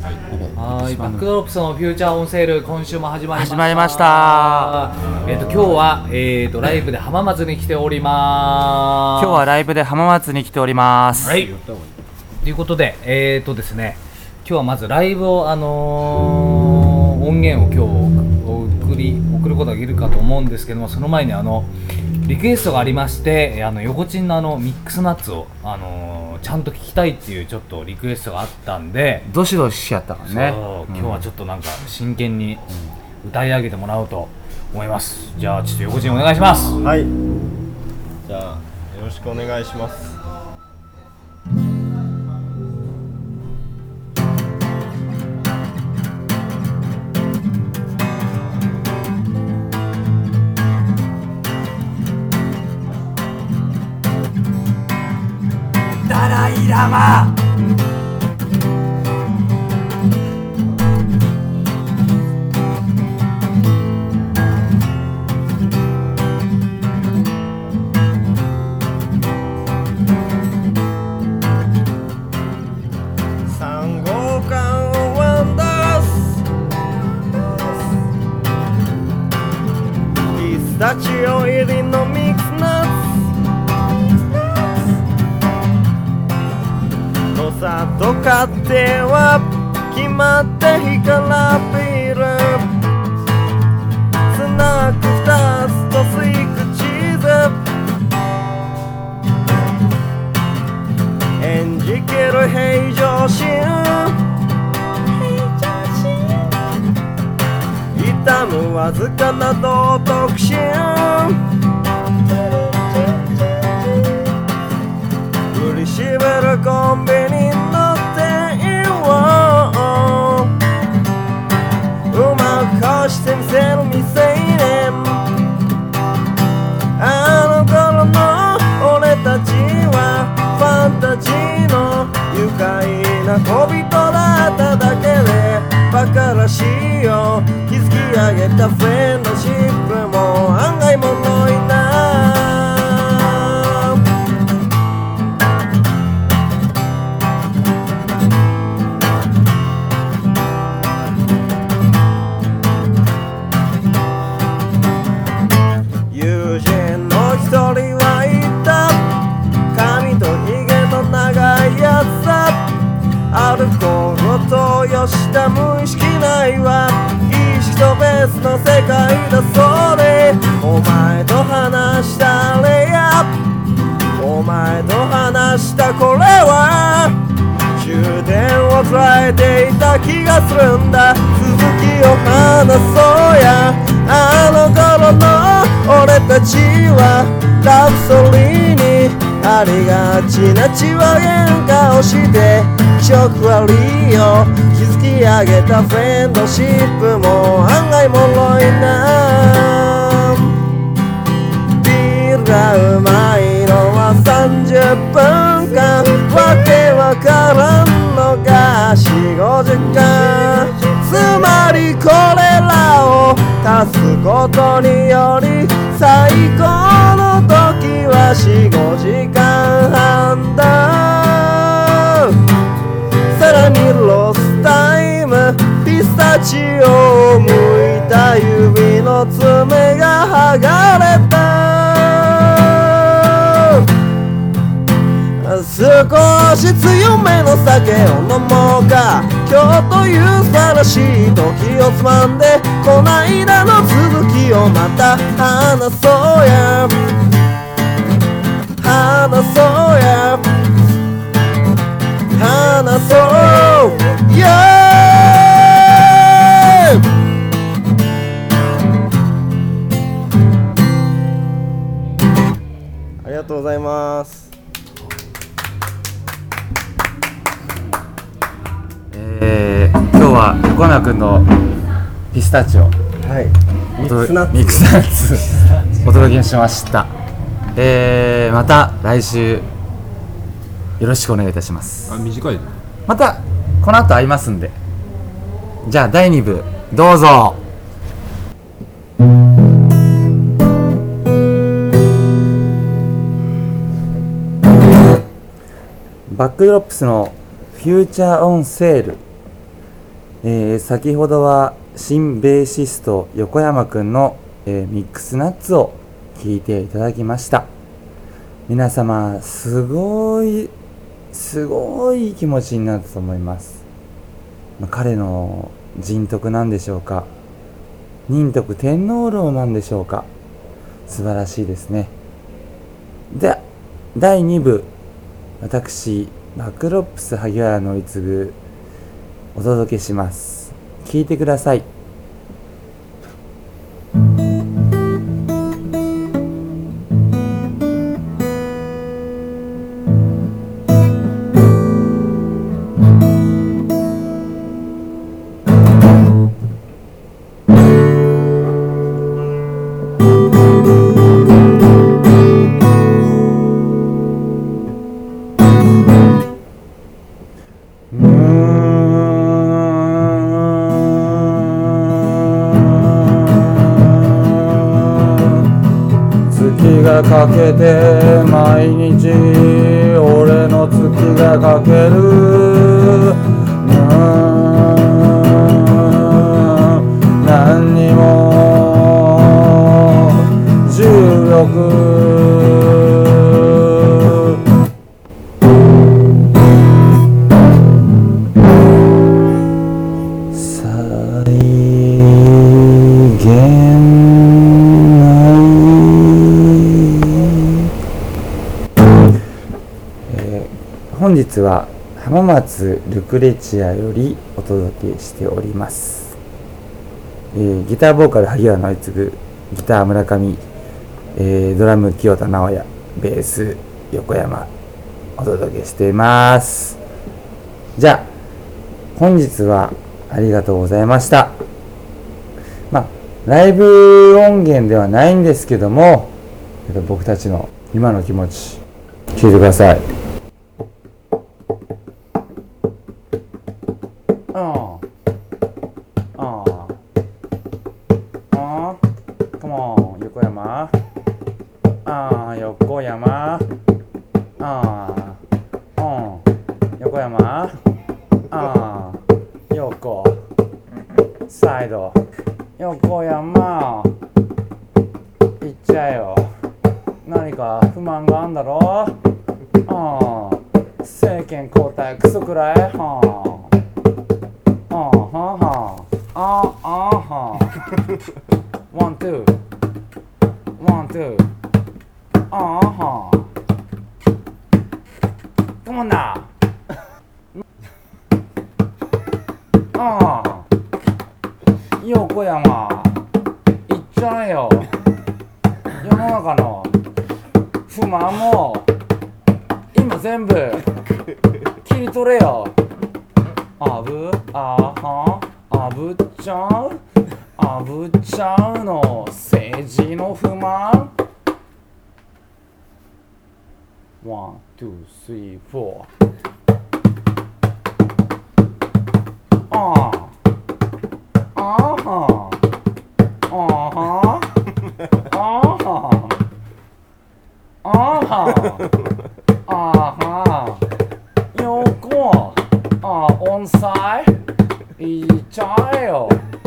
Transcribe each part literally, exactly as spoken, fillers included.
はい、バックドロップスのフューチャーオンセール、今週も始まりました。 始まりました。 えっと今日はえっとライブで浜松に来ております。 今日はライブで浜松に来ております。 はい。ということで、えっとですね、今日はまずライブをあのー、音源を今日送り送ることができるかと思うんですけども、その前にあのリクエストがありまして、あの横チンのあのミックスナッツをあのー、ちゃんと聞きたいっていうちょっとリクエストがあったんで、 どしどししやったからね。 そう、今日はちょっとなんか真剣に歌い上げてもらおうと思います。じゃあちょっと横チンお願いします。 はい。じゃあよろしくお願いします。 ダライラマ三号館ワンダースピスタチオ入りのミックスナッツさと買っては決まって火からビールスナックふたつとスイークチーズ演じける平常心痛むわずかな道徳心振りしべるコンビニの店員をうまくこしてみせる未成年あの頃の俺たちはファンタジーの愉快な小人だっただけでバカらしいよ築き上げたフレンドシップも案外もろいな一人はいた髪とひげの長いやつさアルコールと吉田無意識ないわ意識と別の世界だそれお前と話したレイアップお前と話したこれは終電を捉えていた気がするんだ続きを話そうやあの頃の俺たちはラブストーリーにありがちな血は喧嘩をして気色悪いよ築き上げたフレンドシップも案外もろいなビールがうまいのはさんじゅっぷんかんわけわからんのがよん、ごじかんつまりこれらを足すことにより最高の時はよん、ごじかんはんださらにロスタイムピスタチオを剥いた指の爪が剥がれた少し強めの酒を飲もうか今日という素晴らしい時をつまんでこないだの続きをまた話そうや話そうや話そうやありがとうございます。 えー、今日は横山くんのピスタチオ、 はい、ミックスナッツミックスナッツお届けしました。えー、また来週よろしくお願いいたします。 あ、短い。 またこの後会いますんで。じゃあだいに部どうぞ。 バックドロップスのフューチャーオンセールえー先ほどは新ベーシスト横山くんの、えーミックスナッツを聴いていただきました。皆様すごいすごい気持ちになったと思います。まあ彼の人徳なんでしょうか、仁徳天皇楼なんでしょうか、素晴らしいですね。ではだいに部、私バックロップス萩原の次お届けします。聞いてください。月がかけて毎日俺の月がかける、うーん何にも重力再現本日は浜松ルクレチアよりお届けしております。えー、ギターボーカル萩原の次、ギター村上、えー、ドラム清田直也、ベース横山お届けしています。じゃあ本日はありがとうございました。まあライブ音源ではないんですけども、僕たちの今の気持ち聞いてください。ああああ Come on 横山、ああ横山、ああうん横山、ああ横サイド横山いっちゃえよ。何か不満があんだろ。ああ政権交代クソくらい。はああーはーはーあーあーはーワンツーワンツーあーはーcome on now ああ横山いっちゃえよ。世の中の不満も今全部切り取れよ。あぶあはあぶっちゃうあぶっちゃうの政治の不満。ワン、ツー、スリー、フォー。あああはあはあはあはあは横あ音彩いっちゃえよ。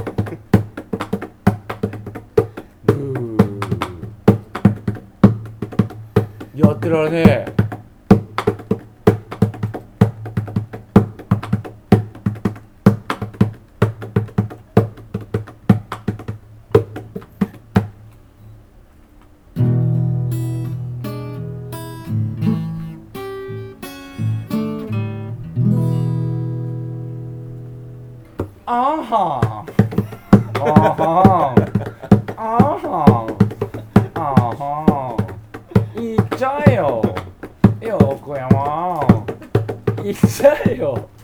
ブーやってられねえ。あーはーあーはーあーはーあーはーいっちゃえよ横山いっちゃえよ。